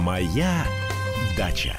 Моя дача.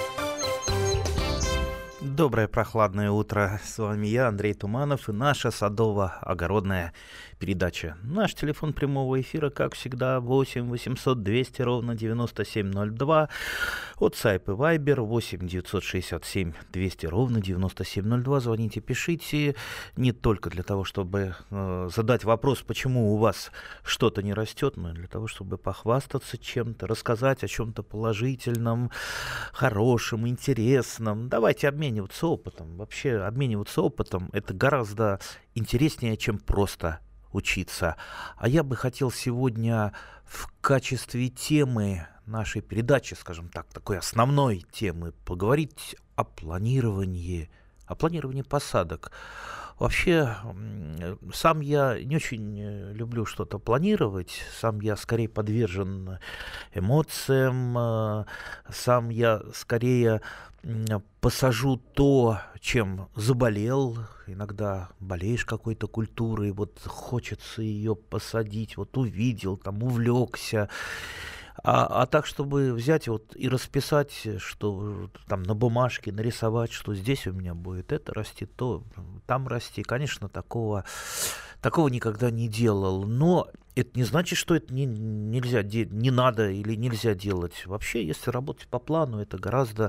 Доброе прохладное утро. С вами я, Андрей Туманов, и наша садово-огородная передача. Наш телефон прямого эфира, как всегда, 8 800 200 ровно 9702. WhatsApp и Viber 8 967 200 ровно 9702. Звоните, пишите. Не только для того, чтобы задать вопрос, почему у вас что-то не растет, но и для того, чтобы похвастаться чем-то, рассказать о чем-то положительном, хорошем, интересном. Давайте обмениваться опытом. Вообще обмениваться опытом — это гораздо интереснее, чем просто учиться. А я бы хотел сегодня в качестве темы нашей передачи, скажем так, такой основной темы, поговорить о планировании посадок. Вообще, сам я не очень люблю что-то планировать, сам я скорее подвержен эмоциям, сам я скорее посажу то, чем заболел. Иногда болеешь какой-то культурой, вот хочется ее посадить, вот увидел, там увлекся. А так, чтобы взять вот и расписать, что там на бумажке нарисовать, что здесь у меня будет это расти, то там расти, конечно, такого никогда не делал. Но это не значит, что это нельзя, не надо или нельзя делать. Вообще, если работать по плану, это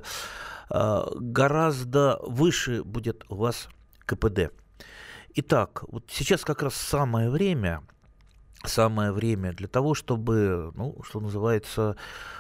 гораздо выше будет у вас КПД. Итак, вот сейчас как раз самое время для того, чтобы, что называется,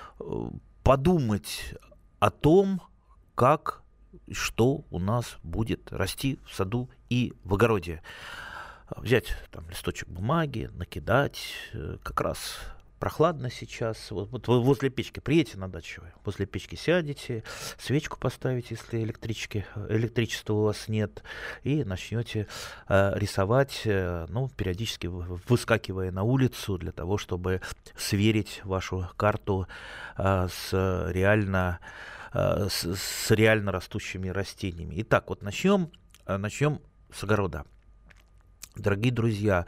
подумать о том, как и что у нас будет расти в саду и в огороде. Взять там листочек бумаги, накидать, как раз прохладно сейчас. Вот вы возле печки приедете на дачу, возле печки сядете, свечку поставите, если электричества у вас нет, и начнете рисовать, периодически выскакивая на улицу для того, чтобы сверить вашу карту с реально растущими растениями. Итак, вот начнем с огорода. Дорогие друзья,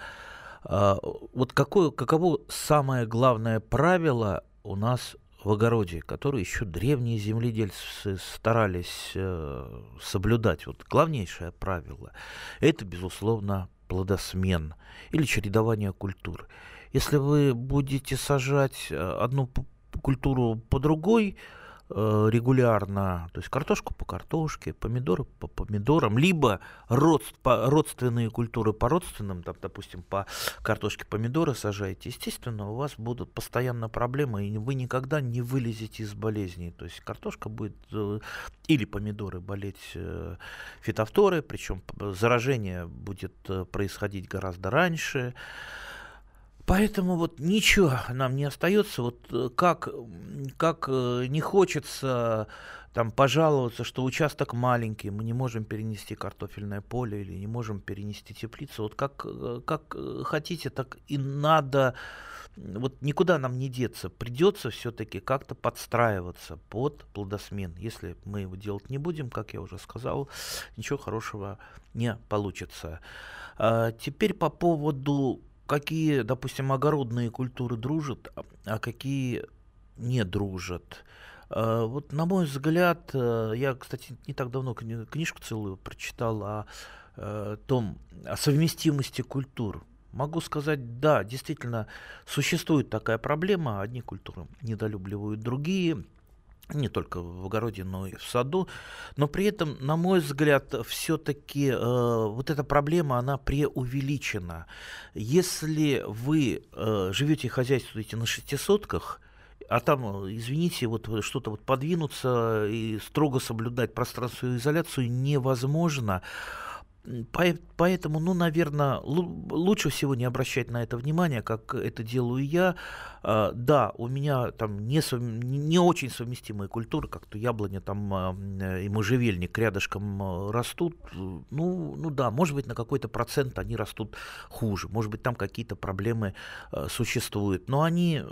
вот каково самое главное правило у нас в огороде, которое еще древние земледельцы старались соблюдать? Вот главнейшее правило — это, безусловно, плодосмен или чередование культур. Если вы будете сажать одну культуру по другой регулярно, то есть картошку по картошке, помидоры по помидорам, либо родственные культуры по родственным, там, допустим, по картошке помидоры сажаете, естественно, у вас будут постоянно проблемы, и вы никогда не вылезете из болезней. То есть картошка будет или помидоры болеть фитофторой, причем заражение будет происходить гораздо раньше. Поэтому вот ничего нам не остается, вот как не хочется там пожаловаться, что участок маленький, мы не можем перенести картофельное поле или не можем перенести теплицу. Вот как хотите, так и надо. Вот никуда нам не деться. Придется все-таки как-то подстраиваться под плодосмен. Если мы его делать не будем, как я уже сказал, ничего хорошего не получится. Теперь по поводу, какие, допустим, огородные культуры дружат, а какие не дружат. Вот, на мой взгляд, я, кстати, не так давно книжку целую прочитал о совместимости культур. Могу сказать, да, действительно, существует такая проблема. Одни культуры недолюбливают другие, не только в огороде, но и в саду. Но при этом, на мой взгляд, все-таки вот эта проблема, она преувеличена. Если вы живете и хозяйствуете на шестисотках, а там, извините, вот что-то вот подвинуться и строго соблюдать пространственную изоляцию невозможно. Поэтому, наверное, лучше всего не обращать на это внимания, как это делаю я. Да, у меня там не очень совместимые культуры, как то яблоня там, и можжевельник рядышком растут. Да, может быть, на какой-то процент они растут хуже, может быть, там какие-то проблемы существуют, но они,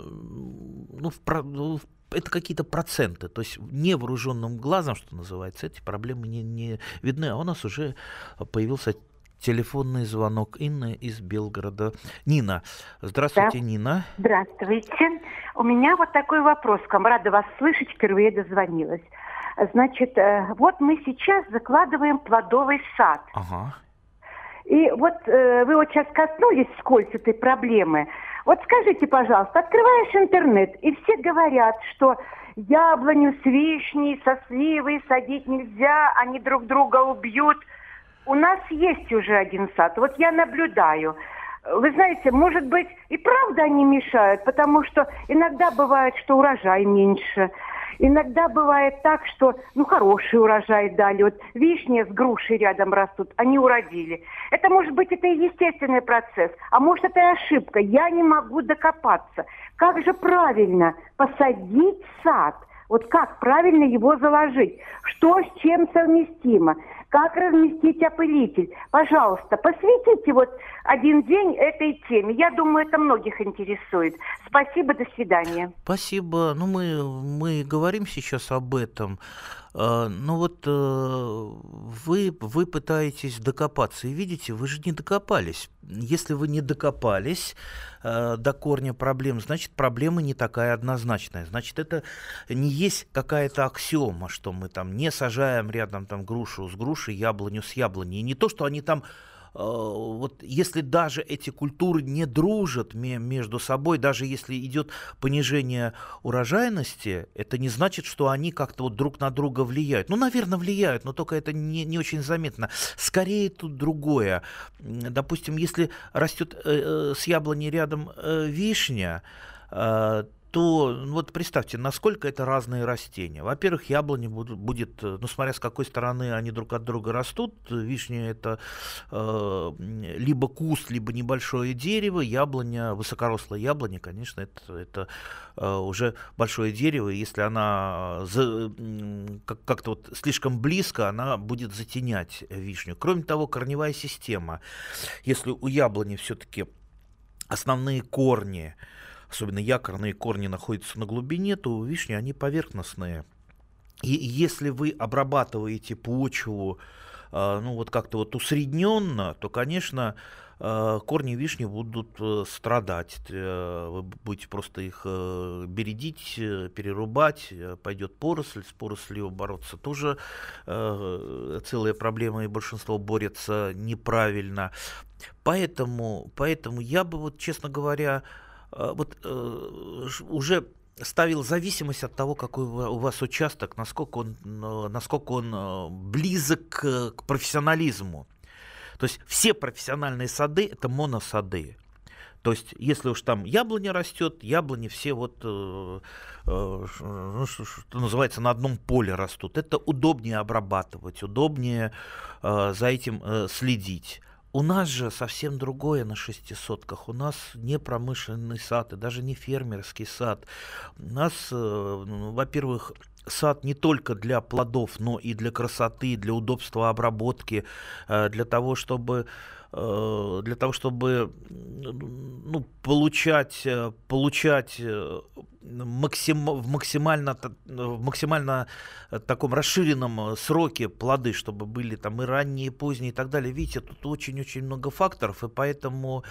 это какие-то проценты, то есть невооруженным глазом, что называется, эти проблемы не видны, а у нас уже появился телефонный звонок. Инна из Белгорода. Нина. Здравствуйте, да. Нина. Здравствуйте. У меня вот такой вопрос к вам. Рада вас слышать, впервые дозвонилась. Значит, вот мы сейчас закладываем плодовый сад. Ага. И вот вы вот сейчас коснулись вскользь этой проблемы. Вот скажите, пожалуйста, открываешь интернет, и все говорят, что яблоню с вишней, со сливой садить нельзя, они друг друга убьют. У нас есть уже один сад, вот я наблюдаю. Вы знаете, может быть, и правда они мешают, потому что иногда бывает, что урожай меньше. Иногда бывает так, что, хороший урожай дали. Вот вишня с грушей рядом растут, они уродили. Это, может быть, это и естественный процесс, а может, это и ошибка. Я не могу докопаться. Как же правильно посадить сад? Вот как правильно его заложить? Что с чем совместимо? Как разместить опылитель? Пожалуйста, посвятите вот один день этой теме. Я думаю, это многих интересует. Спасибо, до свидания. Спасибо. Мы говорим сейчас об этом. Вы пытаетесь докопаться. И видите, вы же не докопались. Если вы не докопались до корня проблем, значит, проблема не такая однозначная. Значит, это не есть какая-то аксиома, что мы там не сажаем рядом там грушу с грушей, яблоню с яблоней. И не то, что они там вот если даже эти культуры не дружат между собой, даже если идет понижение урожайности, это не значит, что они как-то вот друг на друга влияют. Наверное, влияют, но только это не очень заметно. Скорее тут другое. Допустим, если растет с яблоней рядом вишня, то вот представьте, насколько это разные растения. Во-первых, яблони будет, смотря с какой стороны они друг от друга растут, вишня это либо куст, либо небольшое дерево, яблоня, высокорослая яблоня, конечно, это уже большое дерево, если она как-то вот слишком близко, она будет затенять вишню. Кроме того, корневая система, если у яблони все-таки основные корни, особенно якорные корни, находятся на глубине, то у вишни они поверхностные. И если вы обрабатываете почву как-то вот усредненно, то, конечно, корни вишни будут страдать. Вы будете просто их бередить, перерубать, пойдет поросль, с порослью бороться тоже целая проблема, и большинство борется неправильно. Поэтому я бы, вот, честно говоря, уже ставил зависимость от того, какой у вас участок, насколько он близок к профессионализму. То есть все профессиональные сады – это моносады. То есть если уж там яблоня растет, яблони все что называется, на одном поле растут. Это удобнее обрабатывать, удобнее за этим следить. У нас же совсем другое на 600-ках. У нас не промышленный сад и даже не фермерский сад. У нас, во-первых, сад не только для плодов, но и для красоты, для удобства обработки, для того, чтобы получать в максимально таком расширенном сроке плоды, чтобы были там и ранние, и поздние, и так далее. Видите, тут очень-очень много факторов, и поэтому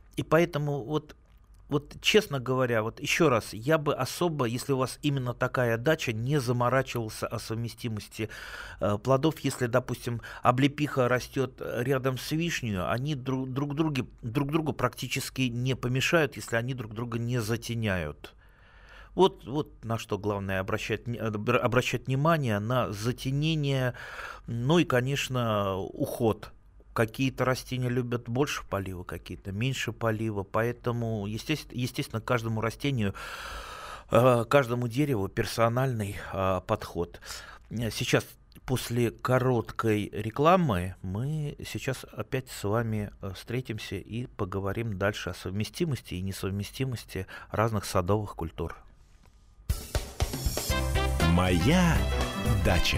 вот честно говоря, вот еще раз, я бы особо, если у вас именно такая дача, не заморачивался о совместимости плодов. Если, допустим, облепиха растет рядом с вишней, они друг другу практически не помешают, если они друг друга не затеняют. Вот на что главное обращать внимание, на затенение, и, конечно, уход. Какие-то растения любят больше полива, какие-то меньше полива, поэтому, естественно, к каждому растению, каждому дереву персональный подход. Сейчас, после короткой рекламы, мы сейчас опять с вами встретимся и поговорим дальше о совместимости и несовместимости разных садовых культур. Моя дача.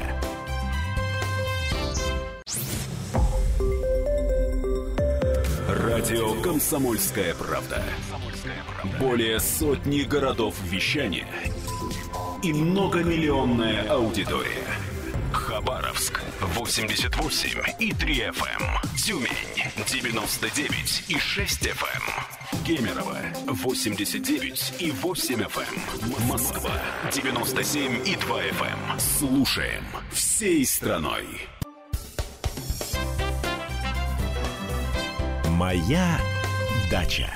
Радио «Комсомольская правда». Более сотни городов вещания и многомиллионная аудитория. Хабаровск 88,3 FM. Тюмень 99,6 FM. Кемерово 89,8 FM. Москва 97,2 FM. Слушаем всей страной. Моя дача.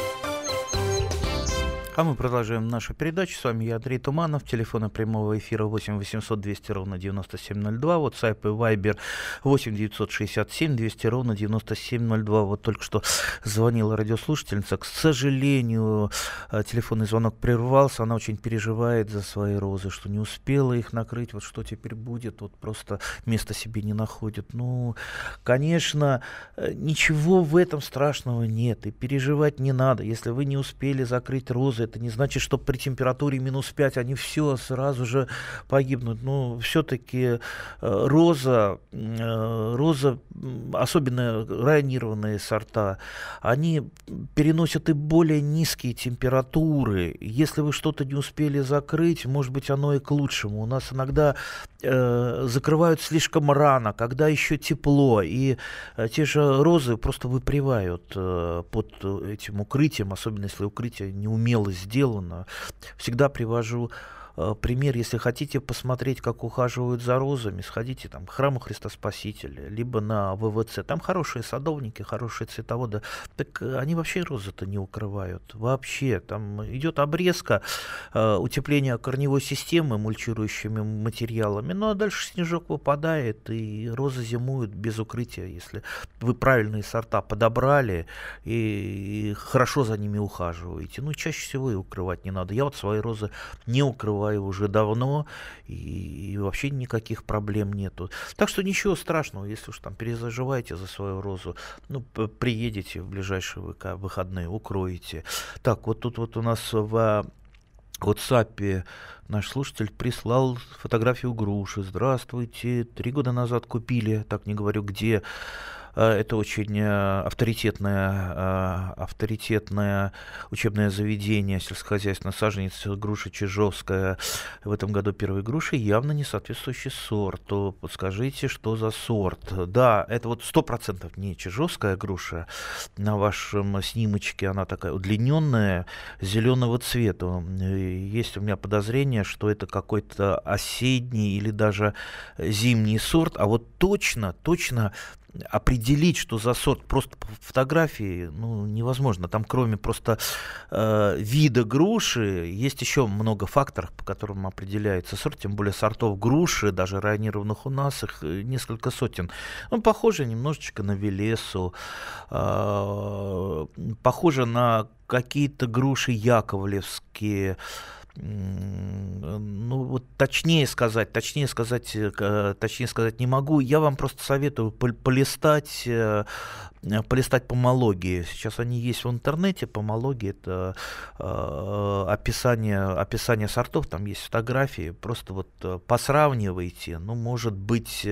А мы продолжаем нашу передачу. С вами я, Андрей Туманов. Телефон прямого эфира 8 800 200 ровно 9702. WhatsApp и Viber 8 967 200 ровно 9702. Вот только что звонила радиослушательница. К сожалению, телефонный звонок прервался. Она очень переживает за свои розы, что не успела их накрыть. Вот что теперь будет? Вот просто места себе не находит. Ну, конечно, ничего в этом страшного нет. И переживать не надо. Если вы не успели закрыть розы, это не значит, что при температуре минус 5 они все сразу же погибнут. Но все-таки роза, особенно районированные сорта, они переносят и более низкие температуры. Если вы что-то не успели закрыть, может быть, оно и к лучшему. У нас иногда закрывают слишком рано, когда еще тепло, и те же розы просто выпривают под этим укрытием, особенно если укрытие неумело сделано. Всегда привожу пример, если хотите посмотреть, как ухаживают за розами, сходите там, к храму Христа Спасителя, либо на ВВЦ. Там хорошие садовники, хорошие цветоводы. Так они вообще розы-то не укрывают. Вообще. Там идет обрезка, утепление корневой системы мульчирующими материалами. Ну а дальше снежок выпадает, и розы зимуют без укрытия, если вы правильные сорта подобрали и хорошо за ними ухаживаете. Ну, чаще всего и укрывать не надо. Я вот свои розы не укрываю уже давно, и вообще никаких проблем нету. Так что ничего страшного, если уж там перезаживаете за свою розу, ну, приедете в ближайшие выходные, укроете. Так, вот тут вот у нас в WhatsApp наш слушатель прислал фотографию груши. Здравствуйте, 3 года назад купили, так не говорю где. Это очень авторитетное учебное заведение, сельскохозяйственная саженец груши Чижовская. В этом году первые груши явно не соответствующий сорт. То подскажите, что за сорт? Да, это вот 100% не Чижовская груша. На вашем снимочке она такая удлиненная, зеленого цвета. Есть у меня подозрение, что это какой-то осенний или даже зимний сорт. А вот точно определить, что за сорт просто по фотографии, ну, невозможно. Там кроме просто вида груши есть еще много факторов, по которым определяется сорт, тем более сортов груши, даже районированных у нас, их несколько сотен. Он похоже немножечко на Велесу, похоже на какие-то груши яковлевские. Ну, вот точнее сказать не могу. Я вам просто советую полистать помологии. Сейчас они есть в интернете. Помологии — это описание сортов, там есть фотографии. Просто вот посравнивайте. Ну, может быть,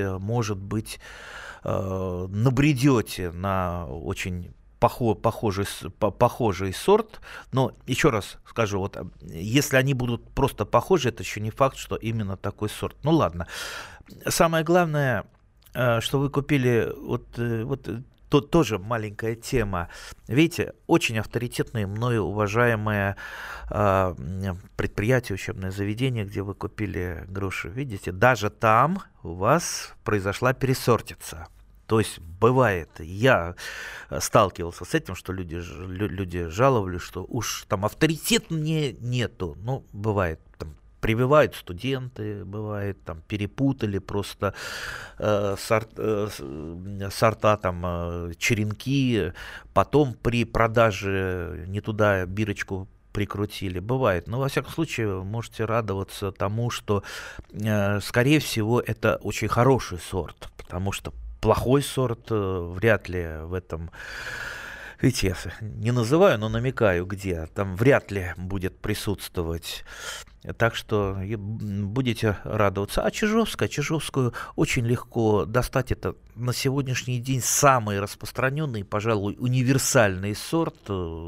набредете на очень похожий сорт, но еще раз скажу, вот если они будут просто похожи, это еще не факт, что именно такой сорт. Ну ладно. Самое главное, что вы купили, вот тут тоже маленькая тема. Видите, очень авторитетное, мною уважаемое предприятие, учебное заведение, где вы купили груши. Видите, даже там у вас произошла пересортица. То есть бывает, я сталкивался с этим, что люди жаловались, что уж там авторитета нету. Ну, бывает, там прививают студенты, бывает, там перепутали просто сорта, там черенки, потом при продаже не туда бирочку прикрутили. Бывает. Но, во всяком случае, можете радоваться тому, что, скорее всего, это очень хороший сорт, потому что плохой сорт вряд ли в этом, видите, я не называю, но намекаю, где, там вряд ли будет присутствовать. Так что будете радоваться. А Чижовскую очень легко достать. Это на сегодняшний день самый распространенный, пожалуй, универсальный сорт,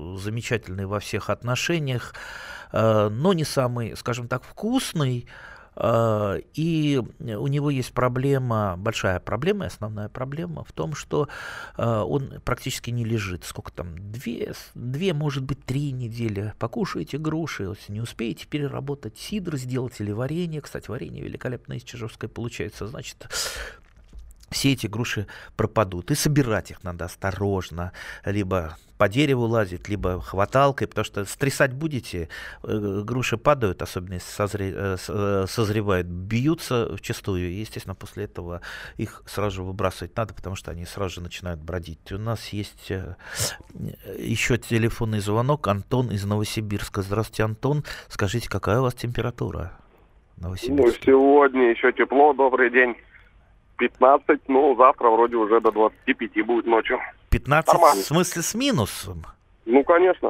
замечательный во всех отношениях, но не самый, скажем так, вкусный. И у него есть проблема, большая проблема, и основная проблема в том, что он практически не лежит. Сколько там? 2, может быть, 3 недели. Покушаете груши, если не успеете переработать, сидр сделать или варенье. Кстати, варенье великолепное из чижовской получается. Значит, все эти груши пропадут. И собирать их надо осторожно. Либо по дереву лазить, либо хваталкой, потому что стрясать будете, груши падают, особенно если созревают, бьются вчистую, и, естественно, после этого их сразу же выбрасывать надо, потому что они сразу же начинают бродить. У нас есть еще телефонный звонок. Антон из Новосибирска. Здравствуйте, Антон. Скажите, какая у вас температура в Новосибирске? Сегодня еще тепло, добрый день. 15, завтра вроде уже до 25 будет ночью. 15 Нормально. В смысле с минусом? Конечно.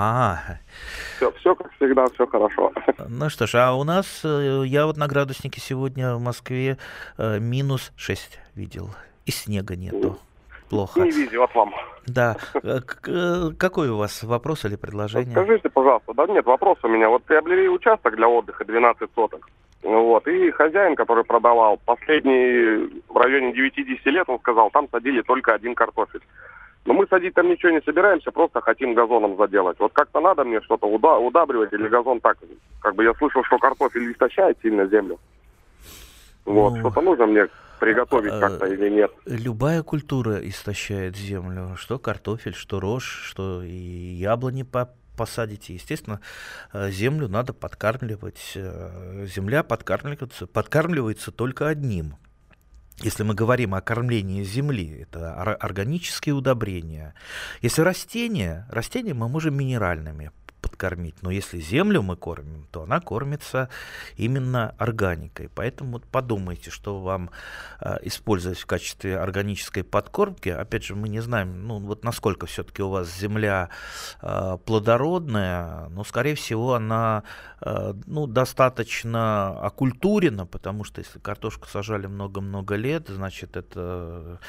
Все как всегда, все хорошо. Ну что ж, а у нас, я вот на градуснике сегодня в Москве минус 6 видел. И снега нету. Плохо. Не везет вам. Да. Какой у вас вопрос или предложение? Скажите, пожалуйста, нет, вопрос у меня. Вот приобрели участок для отдыха 12 соток. И хозяин, который продавал, последний в районе 9-10 лет, он сказал, там садили только один картофель. Но мы садить там ничего не собираемся, просто хотим газоном заделать. Вот как-то надо мне что-то удабривать или газон так? Я слышал, что картофель истощает сильно землю. Что-то нужно мне приготовить как-то или нет? Любая культура истощает землю. Что картофель, что рожь, что и яблони посадите. Естественно, землю надо подкармливать. Земля подкармливается только одним. Если мы говорим о кормлении земли, это органические удобрения. Если растения мы можем минеральными подкормить. Но если землю мы кормим, то она кормится именно органикой. Поэтому подумайте, что вам использовать в качестве органической подкормки. Опять же, мы не знаем, насколько все-таки у вас земля плодородная, но, скорее всего, она достаточно окультурена, потому что если картошку сажали много-много лет, значит, это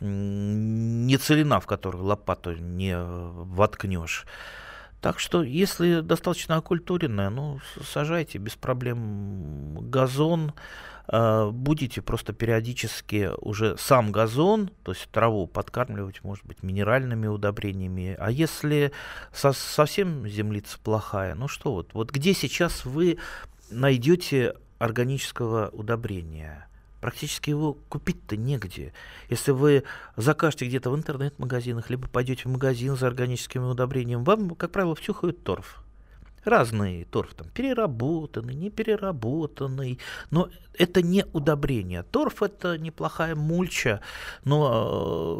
не целина, в которую лопату не воткнешь. Так что, если достаточно окультуренная, сажайте без проблем газон, будете просто периодически уже сам газон, то есть траву подкармливать, может быть, минеральными удобрениями. А если совсем землица плохая, вот где сейчас вы найдете органического удобрения? Практически его купить-то негде. Если вы закажете где-то в интернет-магазинах, либо пойдете в магазин за органическими удобрениями, вам, как правило, втюхают торф. Разный торф, там, переработанный, не переработанный, но это не удобрение. Торф — это неплохая мульча, но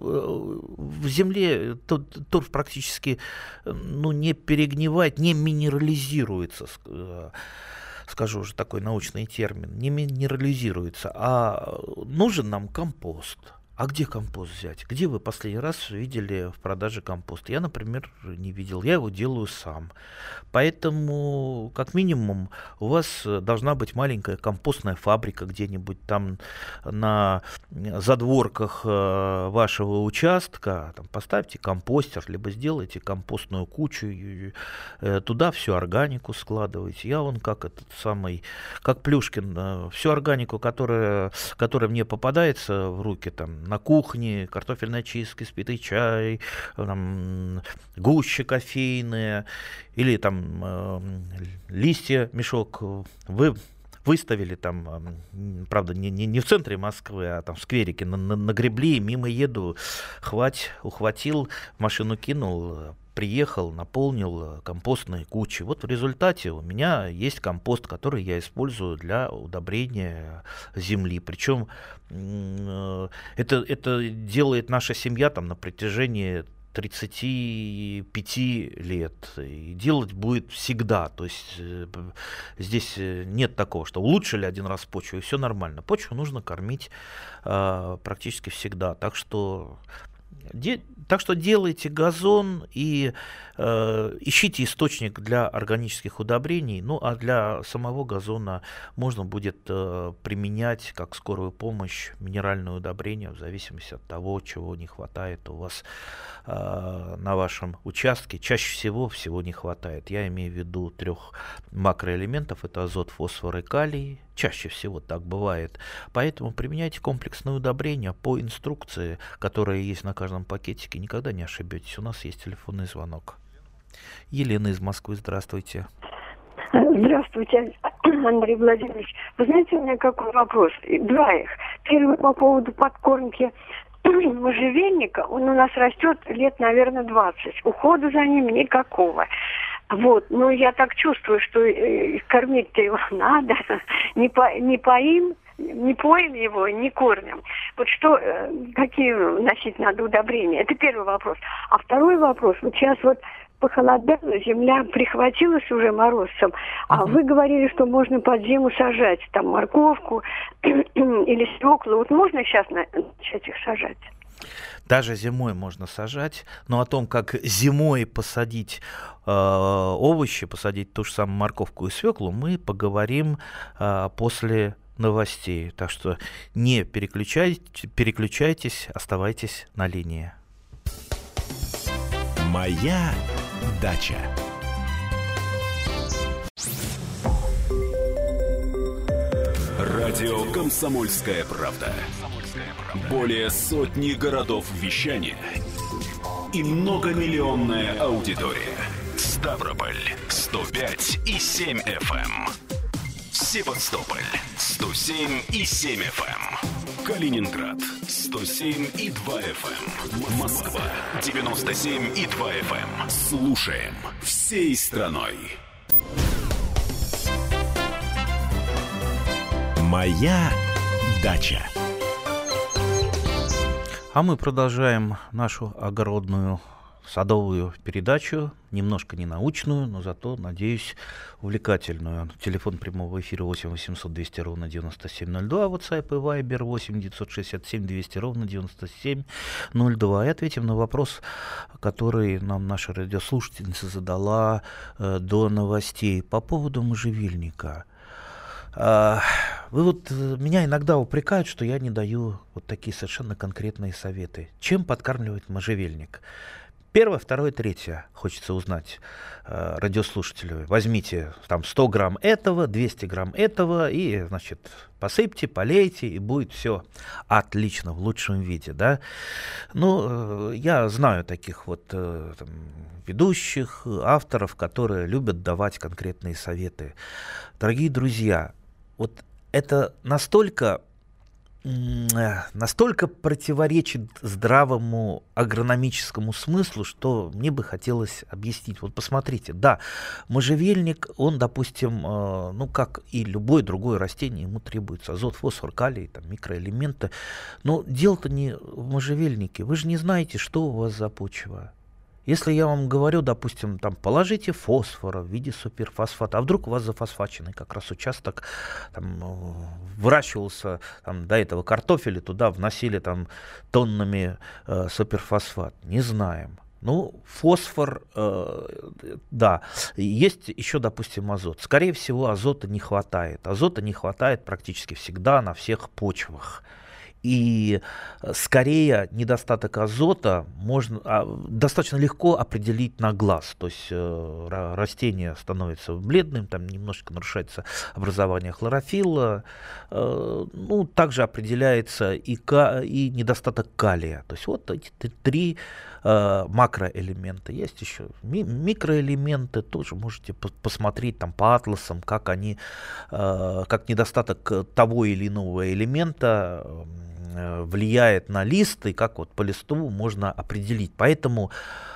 в земле торф практически не перегнивает, не минерализируется, скажу уже такой научный термин, не минерализируется, а нужен нам компост. А где компост взять? Где вы последний раз видели в продаже компост? Я, например, не видел. Я его делаю сам. Поэтому, как минимум, у вас должна быть маленькая компостная фабрика где-нибудь там на задворках вашего участка. Там поставьте компостер, либо сделайте компостную кучу, туда всю органику складывайте. Я как Плюшкин, всю органику, которая мне попадается в руки, там, на кухне, картофельные очистки, спитый чай, там, гуща кофейная, или там листья, мешок, вы выставили там, правда, не в центре Москвы, а там в скверике, нагребли, мимо еду, ухватил, в машину кинул, приехал, наполнил компостные кучи. Вот в результате у меня есть компост, который я использую для удобрения земли. Причем это делает наша семья там на протяжении 35 лет. И делать будет всегда. То есть здесь нет такого, что улучшили один раз почву, и все нормально. Почву нужно кормить практически всегда. Так что делайте газон, и ищите источник для органических удобрений, ну а для самого газона можно будет применять как скорую помощь минеральное удобрение в зависимости от того, чего не хватает у вас на вашем участке. Чаще всего не хватает. Я имею в виду 3 макроэлементов, это азот, фосфор и калий. Чаще всего так бывает. Поэтому применяйте комплексное удобрение по инструкции, которая есть на каждом пакетике. Никогда не ошибетесь. У нас есть телефонный звонок. Елена из Москвы, здравствуйте. Здравствуйте, Андрей Владимирович. Вы знаете, у меня какой вопрос? 2 их. Первый по поводу подкормки можжевельника. Он у нас растет лет, наверное, 20. Ухода за ним никакого. Вот, но я так чувствую, что кормить-то его надо. Не поим его, не кормим. Вот что, какие вносить надо удобрения? Это первый вопрос. А второй вопрос. Вот сейчас вот похолодало, земля прихватилась уже морозцем, а вы говорили, что можно под зиму сажать там морковку или свеклу. Вот можно сейчас начать их сажать? Даже зимой можно сажать, но о том, как зимой посадить овощи, посадить ту же самую морковку и свеклу, мы поговорим после новостей. Так что не переключайтесь, оставайтесь на линии. Моя дача. Радио «Комсомольская правда». Более сотни городов вещания и многомиллионная аудитория. Ставрополь 105,7 FM. Севастополь 107,7 FM. Калининград 107,2 FM. Москва 97,2 FM. Слушаем всей страной. Моя дача. А мы продолжаем нашу огородную садовую передачу, немножко не научную, но зато, надеюсь, увлекательную. Телефон прямого эфира 8 800 200 ровно 9702, WhatsApp и Viber 8 967 200 ровно 9702. И ответим на вопрос, который нам наша радиослушательница задала до новостей по поводу можжевельника. Вы вот меня иногда упрекают, что я не даю вот такие совершенно конкретные советы. Чем подкармливать можжевельник? 1, 2, 3 хочется узнать радиослушателю. Возьмите там 100 грамм этого, 200 грамм этого и, значит, посыпьте, полейте, и будет все отлично, в лучшем виде, да. Ну, я знаю таких вот там, ведущих, авторов, которые любят давать конкретные советы. Дорогие друзья, вот это настолько противоречит здравому агрономическому смыслу, что мне бы хотелось объяснить. Вот посмотрите, да, можжевельник, он, допустим, ну, как и любое другое растение, ему требуется азот, фосфор, калий, там, микроэлементы. Но дело-то не в можжевельнике. Вы же не знаете, что у вас за почва. Если я вам говорю, допустим, там, положите фосфора в виде суперфосфата, а вдруг у вас зафосфаченный как раз участок, там, выращивался там, до этого картофель, и туда вносили там, тоннами суперфосфат. Не знаем. Ну, фосфор, да. Есть еще, допустим, азот. Скорее всего, азота не хватает. Азота не хватает практически всегда на всех почвах. И скорее недостаток азота можно достаточно легко определить на глаз. То есть растение становится бледным, там немножко нарушается образование хлорофилла. Ну, также определяется и недостаток калия. То есть вот эти 3 макроэлементы. Есть еще микроэлементы, тоже можете посмотреть там по атласам, как они, как недостаток того или иного элемента влияет на лист, и как вот по листу можно определить. Поэтому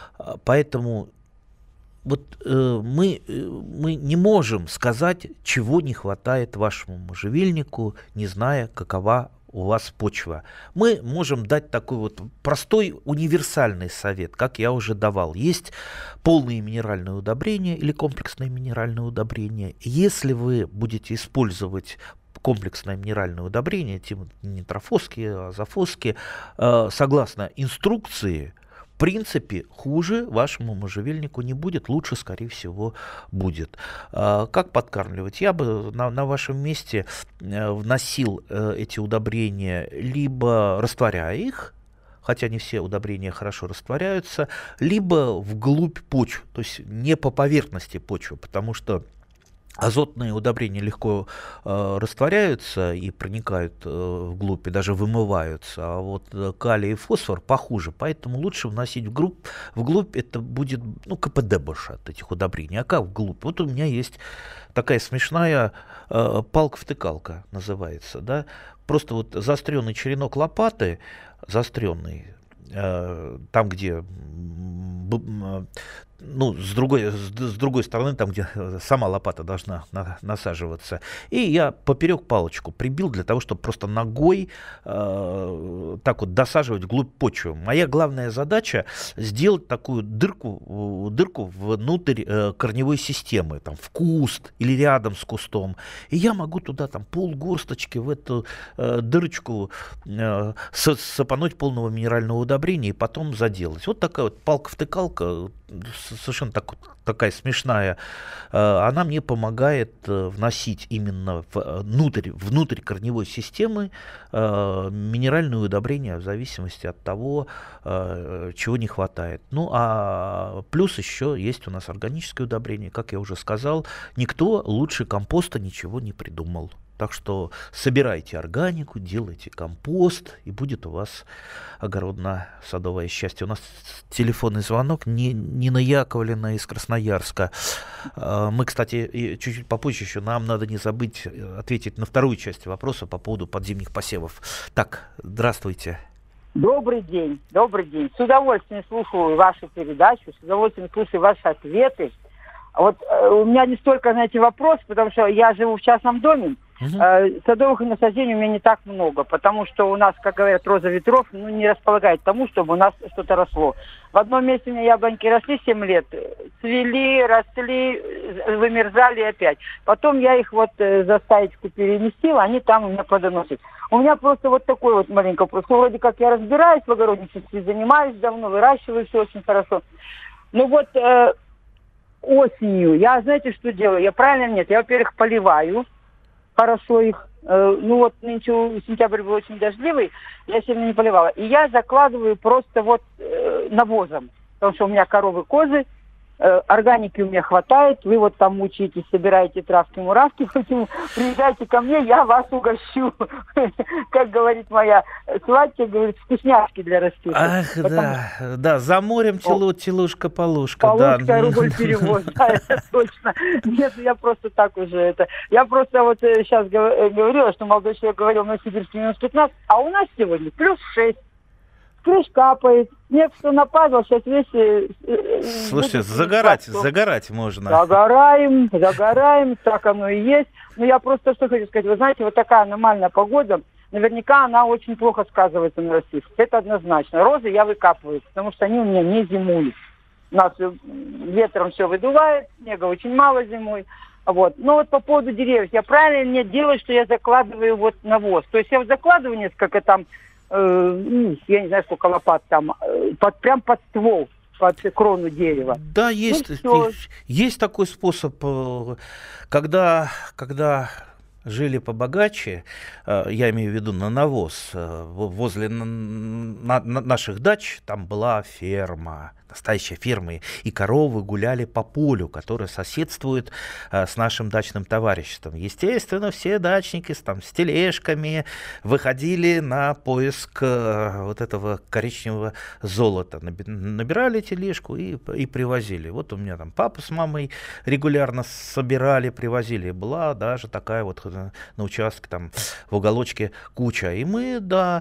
вот мы не можем сказать, чего не хватает вашему можжевельнику, не зная, какова у вас почва. Мы можем дать такой вот простой универсальный совет, как я уже давал. Есть полные минеральные удобрения или комплексные минеральные удобрения. Если вы будете использовать комплексное минеральное удобрение, типа нитрофоски, азофоски, согласно инструкции, принципе, хуже вашему можжевельнику не будет, лучше, скорее всего, будет. Как подкармливать? Я бы на вашем месте вносил эти удобрения, либо растворяя их, хотя не все удобрения хорошо растворяются, либо вглубь почвы, то есть не по поверхности почвы, потому что азотные удобрения легко растворяются и проникают вглубь, и даже вымываются, а вот калий и фосфор похуже, поэтому лучше вносить вглубь, это будет, КПД больше от этих удобрений. А как вглубь? Вот у меня есть такая смешная палка-втыкалка, называется, да, просто вот заостренный черенок лопаты, заостренный, там, где с другой стороны, там, где сама лопата должна насаживаться. И я поперек палочку прибил для того, чтобы просто ногой так вот досаживать вглубь почвы. Моя главная задача сделать такую дырку внутрь корневой системы, там, в куст или рядом с кустом. И я могу туда там полгорсточки в эту дырочку сыпануть полного минерального удобрения и потом заделать. Вот такая вот палка-втыкалка, совершенно такая смешная, она мне помогает вносить именно внутрь корневой системы минеральные удобрения в зависимости от того, чего не хватает. Ну, а плюс еще есть у нас органическое удобрение, как я уже сказал, никто лучше компоста ничего не придумал. Так что собирайте органику, делайте компост, и будет у вас огородно-садовое счастье. У нас телефонный звонок. Нина Яковлевна из Красноярска. Мы, кстати, чуть-чуть попозже еще, нам надо не забыть ответить на вторую часть вопроса по поводу подзимних посевов. Так, здравствуйте. Добрый день, добрый день. С удовольствием слушаю вашу передачу, с удовольствием слушаю ваши ответы. Вот у меня не столько, знаете, вопрос, потому что я живу в частном доме. Садовых насаждений у меня не так много, потому что у нас, как говорят, роза ветров не располагает к тому, чтобы у нас что-то росло. В одном месте у меня яблоньки росли 7 лет, цвели, росли, вымерзали опять. Потом я их за стаечку переместила, они там у меня плодоносят. У меня просто вот такой вот маленький вопрос. Вроде как я разбираюсь в огородничестве, занимаюсь давно, выращиваю все очень хорошо. Ну вот осенью я, знаете, что делаю? Я правильно нет? Я, во-первых, поливаю хорошо их. Нынче сентябрь был очень дождливый, я сильно не поливала. И я закладываю просто навозом, потому что у меня коровы, козы, органики у меня хватает, вы там мучаетесь, собираете травки-муравки, приезжайте ко мне, я вас угощу. Как говорит моя сватья, говорит, вкусняшки для растений. Ах, да, за морем телушка-полушка. Полушка, рубль перевод, да, это точно. Нет, я просто так уже это. Я просто сейчас говорила, что молодой человек говорил, на Сибирске минус 15, а у нас сегодня плюс 6. Крыш капает, снег все нападал, сейчас весь... Слушайте, загорать можно. Загораем, так оно и есть. Но я просто что хочу сказать, вы знаете, вот такая аномальная погода, наверняка она очень плохо сказывается на растениях. Это однозначно. Розы я выкапываю, потому что они у меня не зимуют. У нас ветром все выдувает, снега очень мало зимой. Но по поводу деревьев, я правильно не делаю, что я закладываю навоз. То есть я закладываю несколько там, я не знаю, сколько лопат там, прям под ствол, под крону дерева. Да, есть такой способ, когда жили побогаче, я имею в виду на навоз, возле наших дач там была ферма, настоящая ферма, и коровы гуляли по полю, которое соседствует с нашим дачным товариществом. Естественно, все дачники с тележками выходили на поиск этого коричневого золота, набирали тележку и привозили. Вот у меня там папа с мамой регулярно собирали, привозили. Была даже такая на участке там в уголочке куча. И мы,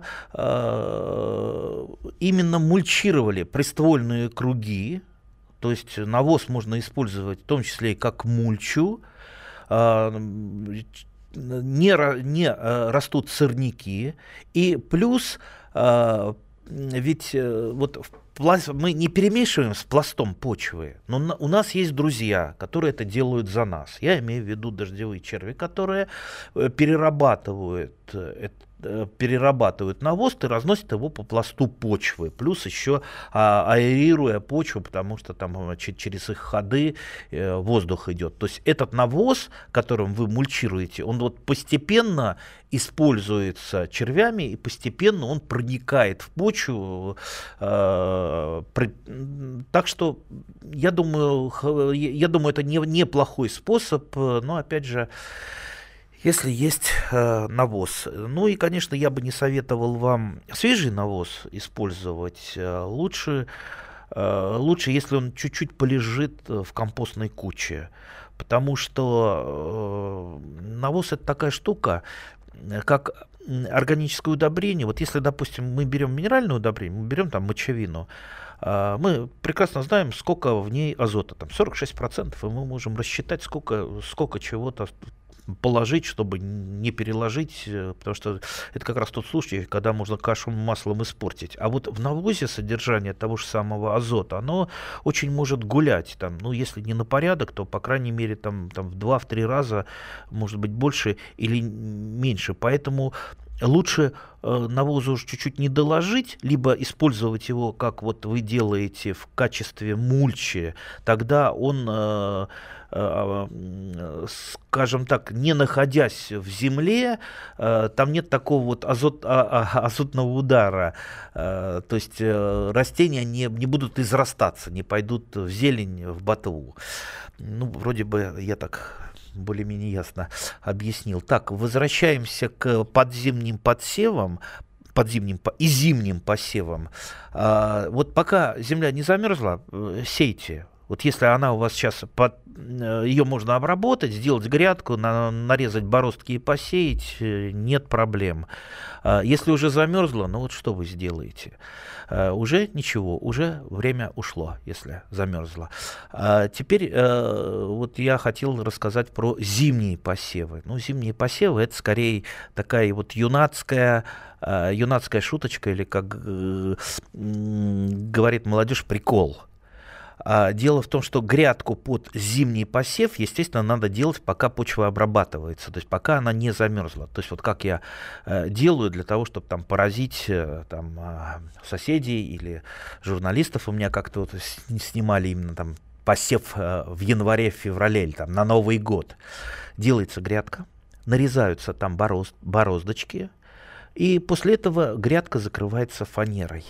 именно мульчировали приствольные круги, то есть навоз можно использовать в том числе и как мульчу, не растут сорняки, и плюс ведь мы не перемешиваем с пластом почвы, но у нас есть друзья, которые это делают за нас. Я имею в виду дождевые черви, которые перерабатывают перерабатывают навоз и разносят его по пласту почвы, плюс еще аэрируя почву, потому что там через их ходы воздух идет. То есть этот навоз, которым вы мульчируете, он вот постепенно используется червями и постепенно он проникает в почву. Так что я думаю, это неплохой способ, но опять же, если есть навоз. Ну и, конечно, я бы не советовал вам свежий навоз использовать. Лучше, если он чуть-чуть полежит в компостной куче. Потому что навоз — это такая штука, как органическое удобрение. Вот если, допустим, мы берем минеральное удобрение, мы берем там мочевину, мы прекрасно знаем, сколько в ней азота, там 46%, и мы можем рассчитать, сколько чего-то положить, чтобы не переложить, потому что это как раз тот случай, когда можно кашу маслом испортить. А вот в навозе содержание того же самого азота, оно очень может гулять. Там, ну, если не на порядок, то, по крайней мере, там в 2-3 раза, может быть, больше или меньше. Поэтому лучше навозу уже чуть-чуть не доложить, либо использовать его, как вот вы делаете, в качестве мульчи. Тогда он, скажем так, не находясь в земле, там нет такого вот азотного удара. То есть растения не будут израстаться, не пойдут в зелень, в ботву. Ну, вроде бы я так более-менее ясно объяснил. Так, возвращаемся к подземным посевам и зимним посевам. Вот пока земля не замерзла, сейте. Вот если она у вас сейчас, ее можно обработать, сделать грядку, нарезать бороздки и посеять, нет проблем. Если уже замерзло, ну вот что вы сделаете? Уже ничего, уже время ушло, если замерзло. Теперь вот я хотел рассказать про зимние посевы. Ну, зимние посевы — это скорее такая вот юнацкая шуточка, или, как говорит молодежь, прикол. Дело в том, что грядку под зимний посев, естественно, надо делать, пока почва обрабатывается, то есть пока она не замерзла. То есть вот как я делаю для того, чтобы там поразить там соседей или журналистов, у меня как-то вот снимали именно там посев в январе-феврале, там на Новый год. Делается грядка, нарезаются там бороздочки, и после этого грядка закрывается фанерой.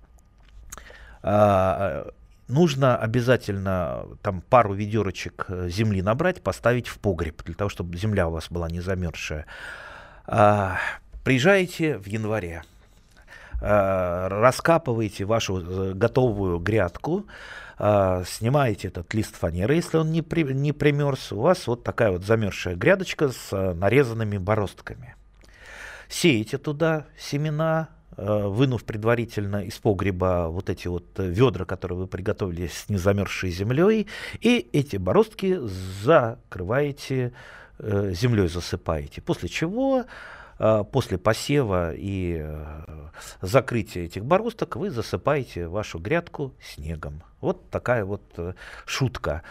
Нужно обязательно там пару ведерочек земли набрать, поставить в погреб, для того, чтобы земля у вас была не замерзшая. Приезжаете в январе, раскапываете вашу готовую грядку, снимаете этот лист фанеры, если он не примерз, у вас вот такая вот замерзшая грядочка с нарезанными бороздками. Сеете туда семена, вынув предварительно из погреба вот эти вот ведра, которые вы приготовили с незамерзшей землей, и эти бороздки закрываете, землей засыпаете. После чего, после посева и закрытия этих бороздок, вы засыпаете вашу грядку снегом. Вот такая вот шутка.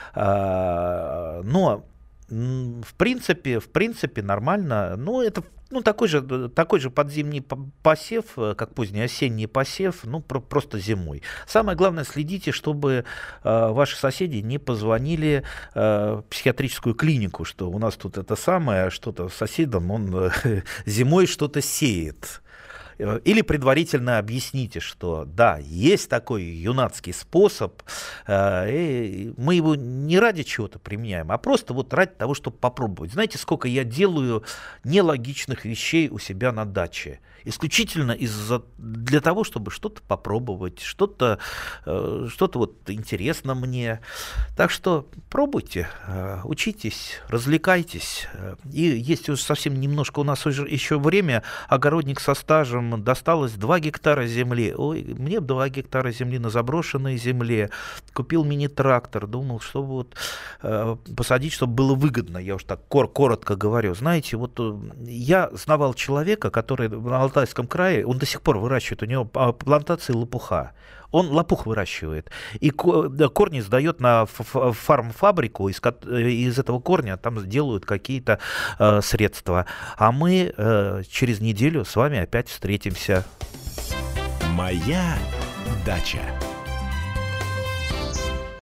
Но в принципе нормально. Ну, это такой же подзимний посев, как поздний осенний посев, просто зимой. Самое главное, следите, чтобы ваши соседи не позвонили в психиатрическую клинику, что у нас тут это самое, что-то с соседом, он зимой что-то сеет. Или предварительно объясните, что да, есть такой юнацкий способ, и мы его не ради чего-то применяем, а просто вот ради того, чтобы попробовать. Знаете, сколько я делаю нелогичных вещей у себя на даче? Исключительно для того, чтобы что-то попробовать, что-то вот интересно мне. Так что пробуйте, учитесь, развлекайтесь. И есть уже совсем немножко у нас еще время. Огородник со стажем там досталось 2 гектара земли. Ой, мне 2 гектара земли на заброшенной земле. Купил мини-трактор, думал, чтобы вот посадить, чтобы было выгодно. Я уж так коротко говорю. Знаете, вот я знавал человека, который на Алтайском крае, он до сих пор выращивает, у него плантации лопуха. Он лопух выращивает. И корни сдает на фармфабрику, из этого корня там делают какие-то средства. А мы через неделю с вами опять встретимся. «Моя дача».